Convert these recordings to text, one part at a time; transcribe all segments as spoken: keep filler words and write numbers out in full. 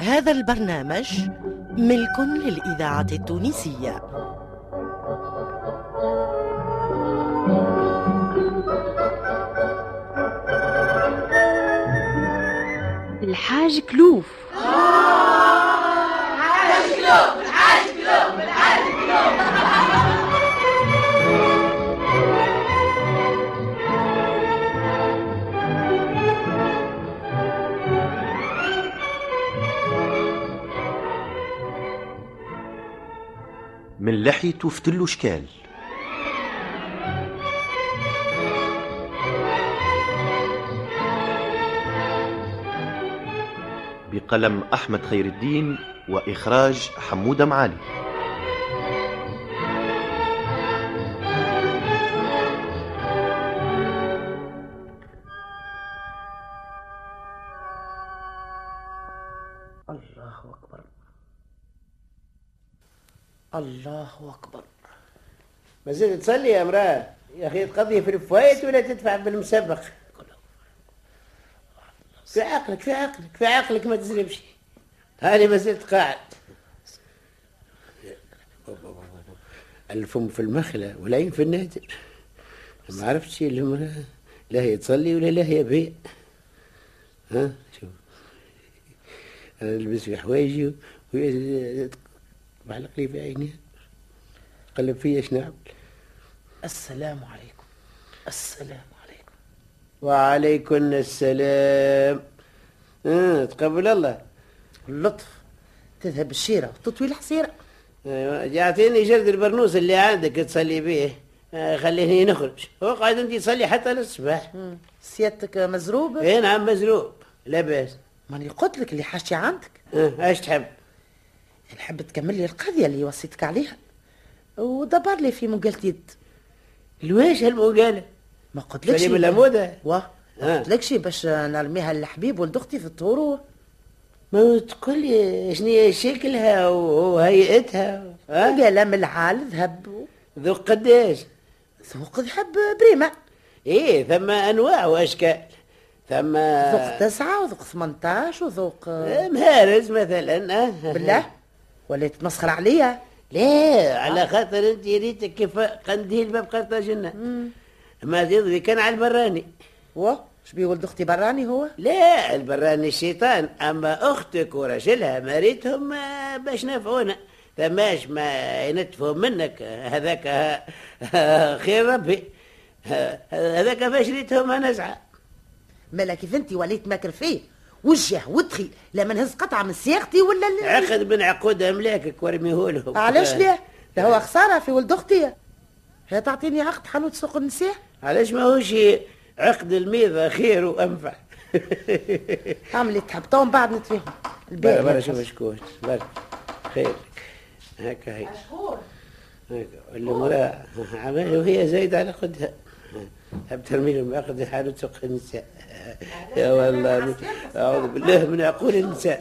هذا البرنامج ملك للإذاعة التونسية. الحاج كلوف. الحاج كلوف الحاج كلوف الحاج كلوف. من لحيته فتلو شكال، بقلم أحمد خير الدين وإخراج حمودة معالي. الله أكبر الله أكبر. ما زلت تصلي يا امرأة؟ يا أخي تقضي في الفوائد ولا تدفع بالمسبق؟ في عقلك في عقلك في عقلك ما تزربش. هاني ما زلت قاعد. الفم في المخلة والعين في النادر. ما عرفتش المرأة لا هي تصلي ولا لا هي بيع. ها شوف أنا ألبس في حوايجي وهي معلق لي في عينيها قلب فيا شنعمل. السلام عليكم. السلام عليكم. وعليكم السلام. آه، تقبل الله. اللطف تذهب الشيرة وتطوي الحسيرة. ايوه يعطيني جرد البرنوس اللي عندك تصلي به. آه، خليني نخرج وقعد انت تصلي حتى للصباح. سيادتك مزروبة؟ ايه نعم مزروب لا باس. ماني قلت لك اللي حاجتي عندك. اه ايش تحب؟ نحب تكمل لي القضية اللي وصيتك عليها ودبر لي في مقالة يد. لواش هالمقالة؟ ما قلت لكش من العمودة؟ واه ما قلت لكش باش نرميها للحبيب ولد اختي في الطور. ما تقول لي شنو شكلها وهيئتها؟ قال من العال ذهب. ذوق قداش؟ ذوق ذهب بريمة. ايه ثم انواع واشكال. ثم ذوق تسعة وذوق ثمنتاش وذوق مهارز مثلا. اه بالله ولا تتمسخر عليا؟ لا على خاطر انت ريتك كيف قنديل باب قرطاجنة. ما تضوي كان على البراني. و شبيه ولد اختي براني هو؟ لا البراني الشيطان، اما اختك ورجلها ما ريتهم باش نفعونا. ثماش ما ينتفوا منك هذاك خير ربي. هذاك فاش ريتهم نزعه. مالا كيف انت وليت ماكر فيه وجه وتخي لما نهز قطعه من سياقتي ولا اللي عقد من عقودها ملاكك ورميهولهم. علاش ليه؟ ده هو خساره في ولد اختي. هي تعطيني عقد حانوت سوق النساء؟ علاش ما هوش عقد الميضه خير وانفع. اعمل تحب تو من بعد نتفاهم. برا برا شوف شكون برا خير هكا هي شكون هكا المراه عماله وهي زايده على قدها. حب ترمي لهم عقد حانوت سوق النساء. يا والله اعوذ بالله من عقول النساء.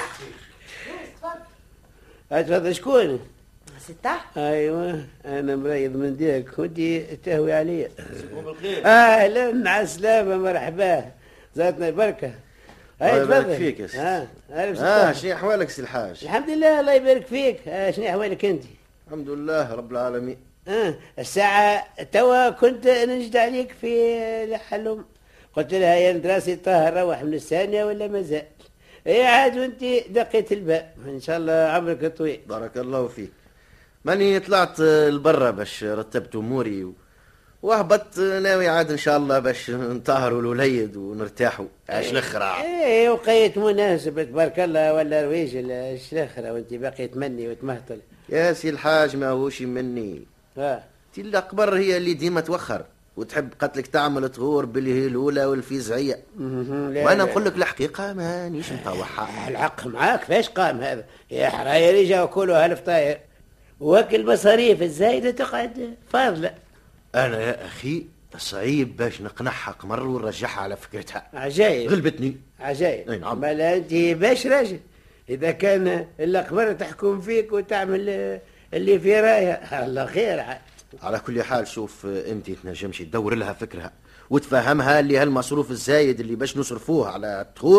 تفضل شكون؟ ستة. ايوه انا مريض من ديك ودي تهوي عليا. اهلا على السلامه مرحبا زادنا البركه. الله يبارك فيك يا سيدي. اه اه شنو احوالك سي الحاج؟ الحمد لله الله يبارك فيك. آه شنو احوالك انت؟ الحمد لله رب العالمين. اه الساعه توا كنت نجد عليك في الحلم قلت لها يا دراسي طاهر روح من الثانيه ولا مازال؟ اي عاد وانت دقيت الباب ان شاء الله عمرك طويل. بارك الله فيك. ماني طلعت لبرا باش رتبت اموري وهبط ناوي عاد ان شاء الله باش نطهروا الوليد ونرتاحوا اش الاخرى. ايه وقيت مناسبه تبارك الله ولا رويج اش الاخرى وانت باقي تمني وتمهطل. يا سي الحاج ما هوش مني. اه تي الاقبر هي اللي ديما توخر وتحب قتلك تعمل تغور باللي هي الاولى والفيزعيه. وانا نقول لك الحقيقه مانيش مطوعها. الحق معاك فاش قام هذا يا حراير يجا كلها هالفطاير واكل مصاريف الزايده تقعد فاضله. انا يا اخي صعيب باش نقنعها قمر ونرجعها على فكرتها. عجايب غلبتني. عجايب. اي نعم. مالا انت باش راجل اذا كان الاقمر تحكم فيك وتعمل اللي في رايها الله خير عاد. على كل حال شوف انت تنجمش تدور لها فكرها وتفهمها اللي هالمصروف الزايد اللي باش نصرفوه على الطهور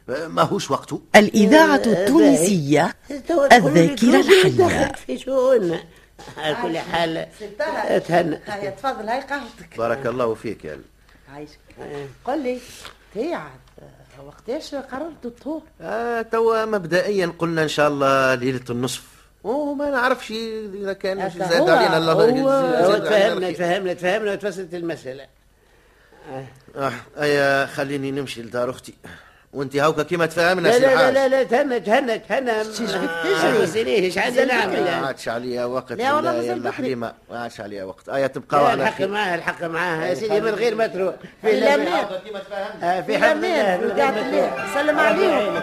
ماهوش وقته. الإذاعة التونسية الذاكرة الحية. في شؤوننا على كل حال. تهنى. هيا تفضل، هاي قهوتك. بارك الله فيك يا عايشك. قل لي تيعد وقتاش قررت الطهور؟ آه توا مبدئيا قلنا ان شاء الله ليله النصف، وما نعرفش اذا كان زاد علينا الله. هو تفهمنا تفهمنا تفهمنا وتفسرت المساله. اه ايا خليني نمشي لدار اختي، وانت هاوكا كيما تفهمنا. لا لا لا لا تهنى تهنى تهنى. شو بك تجري؟ ايش عندنا نعمل؟ ما عادش عليا وقت. لا والله يا حليمه ما عادش عليا وقت. ايا تبقاو على الحق معاها الحق معاها يا سيدي من غير ما تروح في الامان. كيما تفهمنا في حفظ الله ولقات الله. سلم عليهم.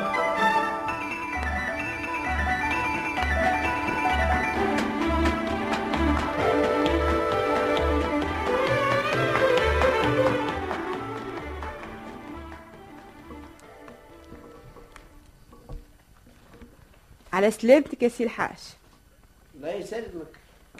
على سلامتك يا سي الحاج. الله يسلمك.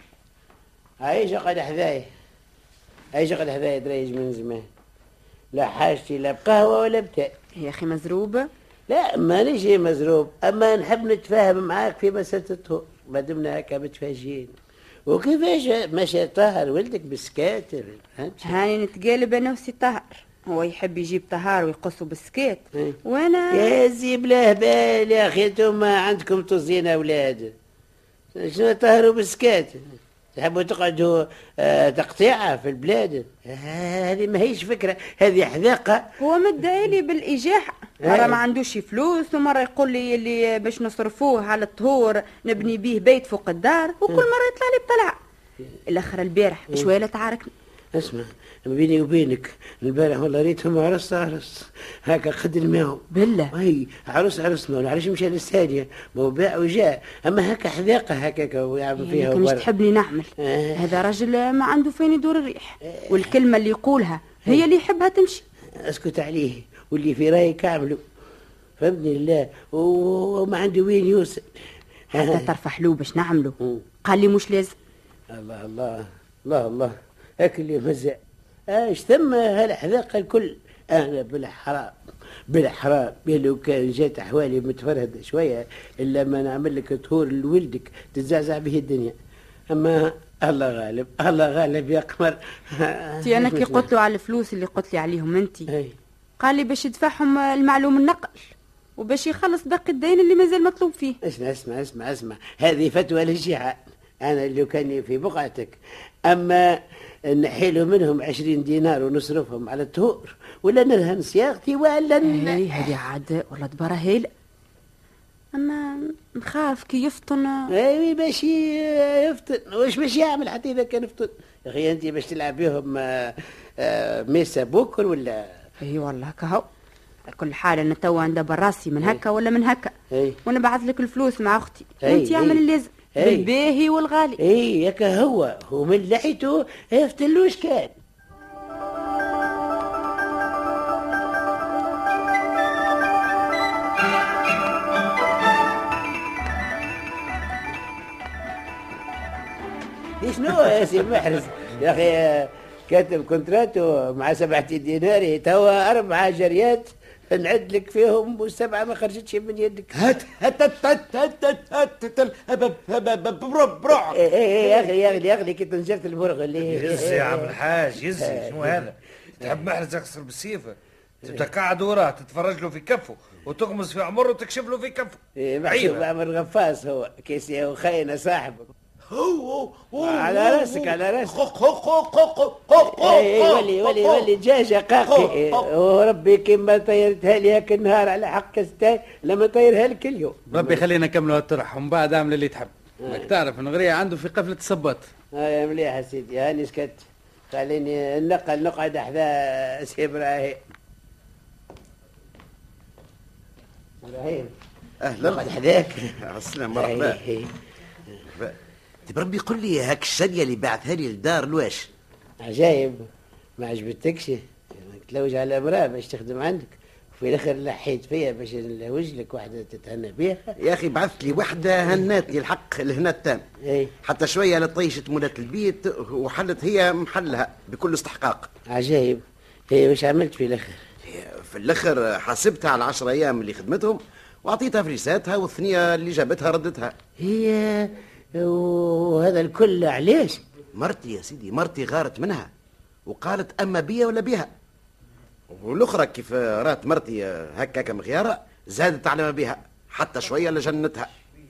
عايش قد حذاي عايش قد حذاي دريج من زمان، لا حاجتي لا بقهوة ولا بتاع. يا أخي مزروبة. لا مانيش مزروب، أما نحب نتفاهم معاك في مسألة الطهور ما دمنا هكا متفاجئين. وكيفاش مشى طاهر ولدك بالسكاتر؟ هاني نتقالب أنا وسي طاهر، هو يحب يجيب طهار ويقصوا بالسكات ايه؟ وانا يا زيب له بال يا اخي، انتم عندكم طزين اولاد شنو طهروا بالسكات؟ تحبوا تقعدوا آه تقطيعه في البلاد؟ هذه ما هيش فكره، هذه حذاقه. هو مدعيلي بالايجاح، مره ايه؟ ما عندوش فلوس، ومره يقول لي اللي باش نصرفوه على الطهور نبني بيه بيت فوق الدار، وكل مره يطلع لي بطلعه. الاخر البارح شويه لا تعاركني. اسمع بيني وبينك البارح والله ريتهم عرس عرس هكا قد الماء بالله. اي عرس عرس ما علاش مشى للثانيه ما هو باع وجاء، اما هكا حذاقه هكاك ويعمل فيها. كانش تحبني نعمل. آه. هذا راجل ما عنده فين يدور الريح، والكلمه اللي يقولها هي اللي يحبها تمشي. اسكت عليه واللي في رايك اعمله، فهمني الله، وما عنده وين يوصل. حتى ترفح له باش نعمله. قال لي مش لازم. الله الله الله الله هاك اللي مزع. ايش ثم هالحذاقه الكل. انا بالحرام بالحرام يا لو كان جات احوالي متفرهده شويه الا ما نعمل لك طهور لولدك تتزعزع به الدنيا. اما الله غالب الله غالب يا قمر. تي انا كي قلت له على الفلوس اللي قلت لي عليهم انت، أي. قال لي باش يدفعهم المعلوم النقل وباش يخلص باقي الدين اللي مازال مطلوب فيه. اسمع اسمع اسمع اسمع هذه فتوى للجهه. انا اللي كان في بقعتك، اما نحيلوا منهم عشرين دينار ونصرفهم على الطهور ولا نرهن صياغتي ولا ن... اي هذه عاد والله دبره هيله، اما نخاف كي يفطن. اي باش يفطن واش باش يعمل حتى اذا كان يفطن؟ يا اخي انت باش تلعب بهم ميسا بكر ولا؟ اي والله كهو. كل حال انا توا ندبر راسي من هكا ولا من هكا، ونبعث لك الفلوس مع اختي وانت يعمل اللازم بالباهي والغالي. اي ياك هو هو من لحيته يفتلوش كان. شنو يا سي محرز يا اخي، كاتب كونتراتو مع سبعة دينار توا أربعة جريات نعد لك فيهم والسبعة ما خرجتش من يدك. هات هات هات هات هات بروع. ايه ايه يا اخي يا اخي يا اخي كي تنجرت البرغ اللي يزي يا عم الحاج يزي. شنو هذا؟ تحب محرز يقصر بالسيفه؟ تبدا قاعد وراه تتفرج له في كفه وتغمز في عمره وتكشف له في كفه. ايه محسوب عمر غفاص هو كيسي وخاينه صاحبك. هو هو على راسك على راسك. خو خو خو خو خو اي ولي ولي ولي دجاجه قاقي وربي كيما طيرتها لي هاك النهار على حق ستاي لما طيرها لك اليوم. ربي خلينا نكملوا الطرح ومن بعد اعمل اللي تحب. انك تعرف نغريه عنده في قفله الصباط. اه مليح يا سيدي هاني سكت. خليني نقل نقعد احذا سي ابراهيم. ابراهيم اهلا نقعد حذاك. السلام مرحبا. بربي قل لي هاك الشريه اللي بعثها لي لدار الواش عجايب ما عجبتكش؟ تلوج على امراه باش تخدم عندك وفي الاخر لحيت فيها باش نلوج لك واحده تتهنى بها. يا اخي بعثت لي واحده هنات لي الحق الهنا التام. اي حتى شويه لطيشت مولات البيت وحلت هي محلها بكل استحقاق. عجايب. هي واش عملت في الاخر؟ في الاخر حاسبتها على العشر ايام اللي خدمتهم واعطيتها فريساتها والثنيه اللي جابتها ردتها. هي وهذا الكل علاش؟ مرتي يا سيدي، مرتي غارت منها وقالت اما بيا ولا بيها. والاخرى كيف رات مرتي هكاك مغياره زادت على ما بيها حتى شويه لجنتها.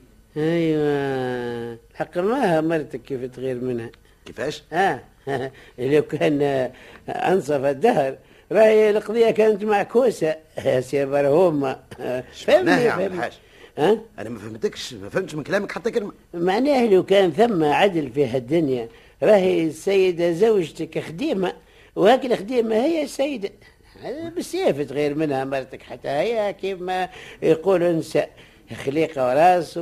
ايوه حق ما مرتك كيف تغير منها. كيفاش؟ اه لو كان انصف الدهر راهي القضيه كانت معكوسه يا سي برهوم. فهمني يا عم الحاج. ها؟ انا ما فهمتكش، ما فهمتش من كلامك حتى كلمه. معناه لو كان ثم عدل في هالدنيا راهي السيده زوجتك خديمه وهاك الخديمه هي السيده بالسيف تغير منها مرتك حتى هي كيف ما يقولوا نساء خليقه وراس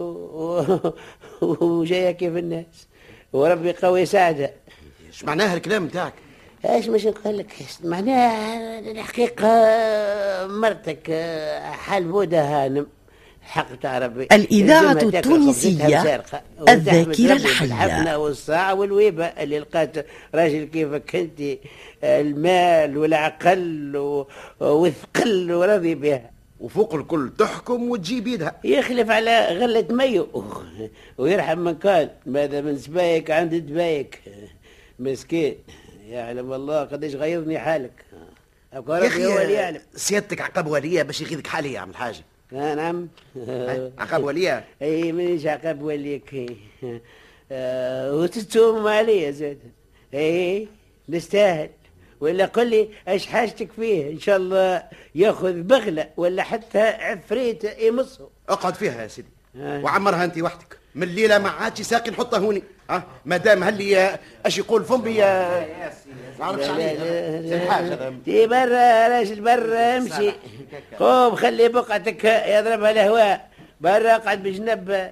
وجايه كيف الناس وربي قوي يساعدها. ايش معناها الكلام نتاعك؟ ايش مش نقول لك معناها الحقيقه مرتك حلبوده هانم حق تعرفي الإذاعة التونسية الذاكرة الحية الحفنة والصاع والويبة اللي لقات راجل كيفك انت المال والعقل والثقل وراضي بها وفوق الكل تحكم وتجيب يدها. يخلف على غلة ميو ويرحم من كان ماذا من سبايك عند دبايك مسكين يعلم الله قديش غيرني حالك. يا اخي سيادتك عقب وليه باش يغيظك حالي يا عم الحاج. آه نعم عقب وليه. اي مانيش عقب وليك آه وتتوم عليا زاد. اي نستاهل ولا قل لي ايش حاجتك فيه ان شاء الله ياخذ بغله ولا حتى عفريت يمصه. اقعد فيها يا سيدي آه. وعمرها انت وحدك من الليله ما عادش ساقي نحطها هوني. اه ما دام هلي اش يقول فمي يا نعرفش عليه تي برا راجل برا امشي قوم خلي بقعتك يضربها الهواء برا اقعد بجنب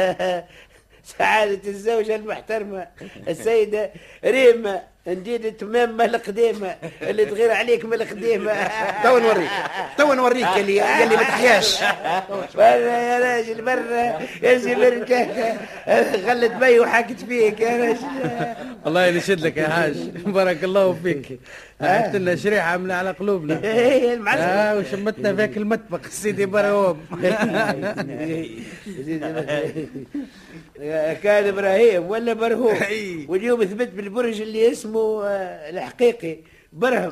سعادة الزوجة المحترمة السيدة ريمة ندير تمام من القديمة اللي تغير عليك من القديمة. تو نوريك تو نوريك اللي اللي ما تحياش. برا يا راجل برا يا زمرك غلت بي وحكت فيك يا راجل. الله ينشد لك يا حاج بارك الله فيك. عرفت لنا شريحة من على قلوبنا. ايه المعلم. اه وشمتنا فيك المطبخ سيدي برهوم. كان ابراهيم ولا برهوم واليوم ثبت بالبرج اللي اسمه الحقيقي برهم.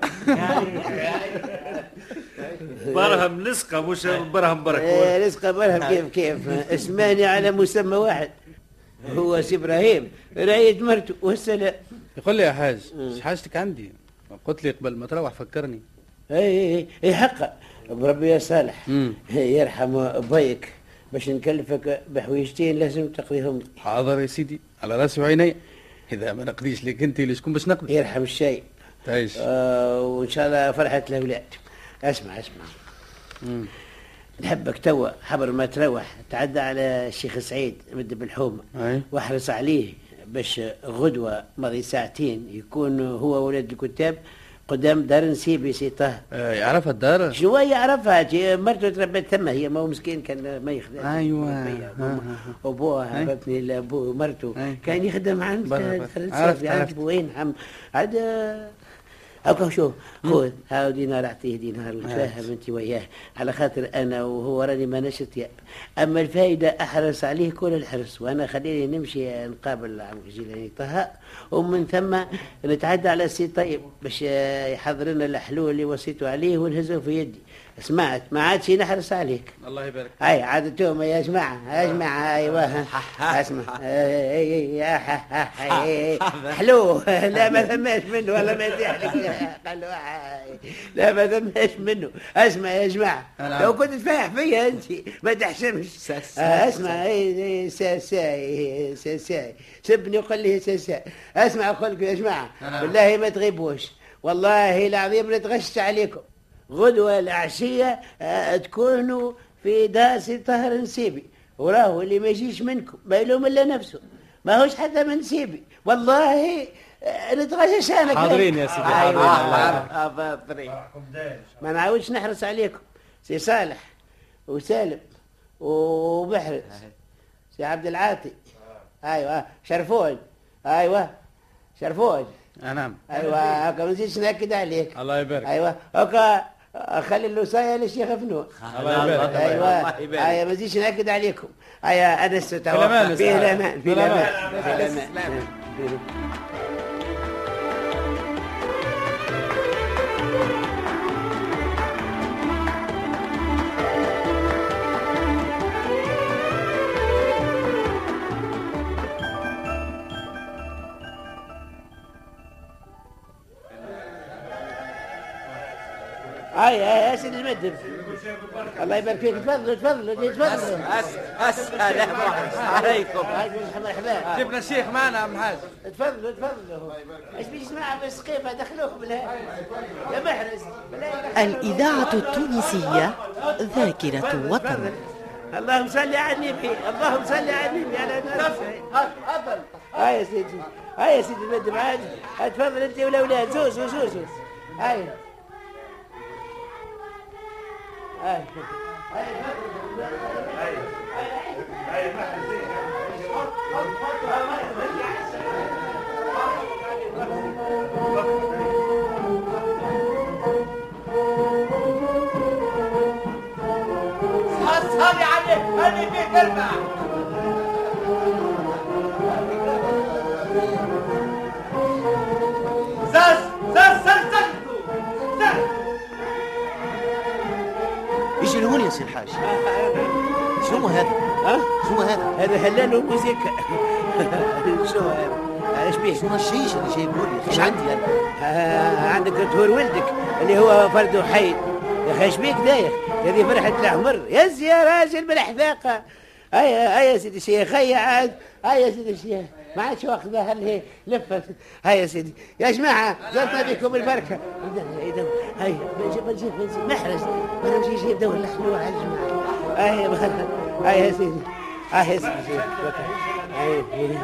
برهم لسقه مش برهم برك. لسقه برهم كيف كيف اسماني على مسمى واحد هو سي ابراهيم رايد مرته والسلام. يقول لي يا حاج ايش حاجتك عندي؟ قلت لي قبل ما تروح فكرني. اي اي حقا بربي يا صالح يرحم بيك باش نكلفك بحويجتين لازم تقضيهم. حاضر يا سيدي على راسي وعيني. اذا ما نقضيش لك انت اللي شكون باش نقضي؟ يرحم الشاي. تعيش. آه وان شاء الله فرحة الاولاد. اسمع اسمع مم. نحبك توا حبر ما تروح تعدى على الشيخ سعيد مد بالحومه واحرص عليه باش غدوه ماضي ساعتين يكون هو ولاد الكتاب قدام دار نسيبي سي طه. آه يعرفها الدار؟ شو يعرفها مرته تربت ثم هي ما هو مسكين كان ما يخدم. ايوه ابوها عرفتني لابوه مرته كان يخدم عند عرفت عند وين عم عاد هاكا شوف خذ هاو دينار اعطيه دينار وتفاهم انت وياه على خاطر انا وهو راني ما نشط ياب. اما الفايده احرص عليه كل الحرص وانا خليني نمشي نقابل عم جيلاني طه ومن ثم نتعدى على السي طيب باش يحضر لنا الحلول اللي وصيته عليه ونهزه في يدي. سمعت ما عادش نحرص عليك. الله يبارك. هاي عادتهم يا جماعه يا جماعه ايوه اسمع حلو لا ما ثماش منه ولا ما يتيح لا ما ثماش منه. اسمع يا جماعه لو كنت تفاح فيا انت ما تحشمش. اسمع اي ساساي ساساي سبني وقال لي ساساي. اسمع اقول لكم يا جماعه بالله ما تغيبوش والله العظيم نتغش عليكم. غدوة العشية تكونوا في داس طهر نسيبي وراه اللي ما يجيش منكم ما يلوم الا نفسه ما هوش حتى من نسيبي والله نتغشش انا. حاضرين يا سيدي حاضرين. ما نعاودش نحرص عليكم. سي صالح وسالم وبحرس سي عبد العاطي ايوه شرفوج ايوه شرفوج نعم ايوه هكا ما نزيدش ناكد عليك. الله يبارك. ايوه هكا خلي الوصاية للشيخ فنون. الله يبارك. ايوه ايوه ما تجيش ناكد عليكم. ايوه انس في الامان في الامان في الامان. هاي يا سيدي المدب الله يبارك فيك. تفضلوا تفضلوا تفضلوا. السلام عليكم. مرحبا. جبنا الشيخ معنا عم حاج. تفضلوا تفضلوا. ايش بيجي معه بالسقيفه دخلوه بالها يا محرز. الإذاعة التونسية ذاكرة وطن. اللهم صل على النبي اللهم صل على النبي على تفضل. هاي يا سيدي هاي يا سيدي المدب عاد تفضل انت والاولاد زوز زوز زوز. هاي هاي هاي هاي هاي صلي عليه هني في تربع. زاز زاز سلسلتو يجي لهون يا سي الحاج. شنو هذا؟ ها؟ شنو هذا؟ هذا هلال وموسيقى. شنو هذا؟ ايش بيه؟ شنو الشيش اللي جايبه لي؟ ايش عندي انا؟ آه عندك دكتور ولدك اللي هو فرد حي. يا اخي ايش بيك دايخ؟ هذه فرحة الحمر يز يا راجل بالحذاقة. هيا هيا سيدي الشيخ هيا عاد هيا سيدي الشيخ ما عادش واخذها هل لفت. هيا يا سيدي يا جماعة زرنا بكم البركة. هيا هيا بنجيب بنجيب محرز انا مش يجيب دور الحلوة على الجماعة. هيا هيا يا سيدي هيا يا سيدي هيا.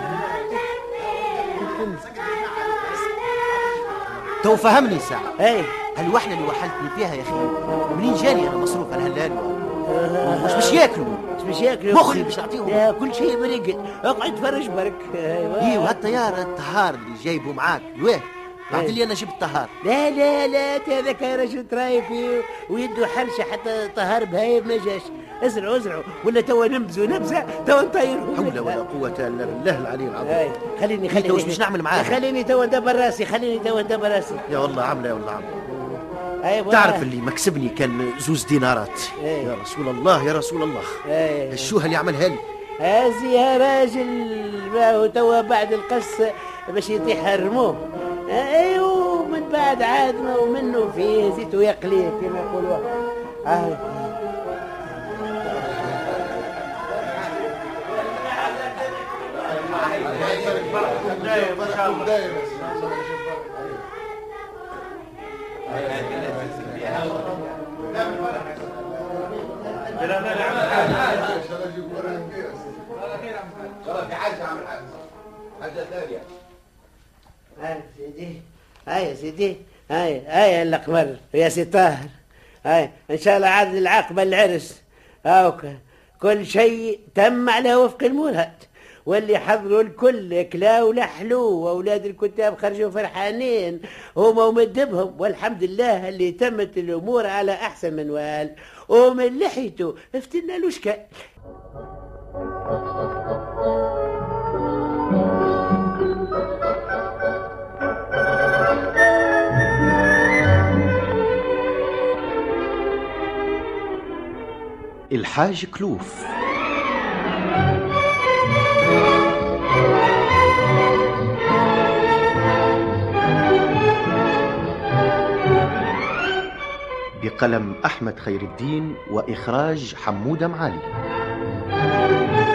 تو فهمني ساعة. اي هالوحلة اللي وحلتني فيها يا اخي منين جاني انا مصروف على هالهلال؟ مش باش ياكلوا مش باش ياكلوا مخي باش نعطيهم. لا كل شيء مريقل اقعد فرج برك. ايوه ايه وهالطيار الطهار اللي جايبه معاك وين؟ بعت لي انا جبت طهار. لا لا لا هذاك يا رجل تراي فيه ويده حرشه حتى طهار بهايب ما جاش. ازرعوا ازرعوا ولا توا نبزوا نبزه توا نطيروا. حول ولا قوة الا بالله العلي العظيم. خليني خليني وش باش نعمل معاه؟ خليني توا ندبر راسي خليني توا ندبر راسي. يا والله عامله يا والله عامله. أيوة تعرف اللي مكسبني كان زوز دينارات. أيه. يا رسول الله يا رسول الله. أيه. الشوهة اللي عملها لي هذه يا راجل ما هو توا بعد القص باش يطيح الرموم. ايوه من بعد عاد ما ومنه فيه زيت ويقليه كما يقولوا. آه. هاي سيدي هاي سيدي هاي هاي الأقمر يا سي طاهر. هاي إن شاء الله عاد العقبة العرس. هاوك كل شيء تم على وفق المراد واللي حضروا الكل كلاو لحلو واولاد الكتاب خرجوا فرحانين هما ومدبهم والحمد لله اللي تمت الامور على احسن منوال ومن لحيته افتنا له شكال. الحاج كلوف. بقلم أحمد خير الدين وإخراج حمودة معالي.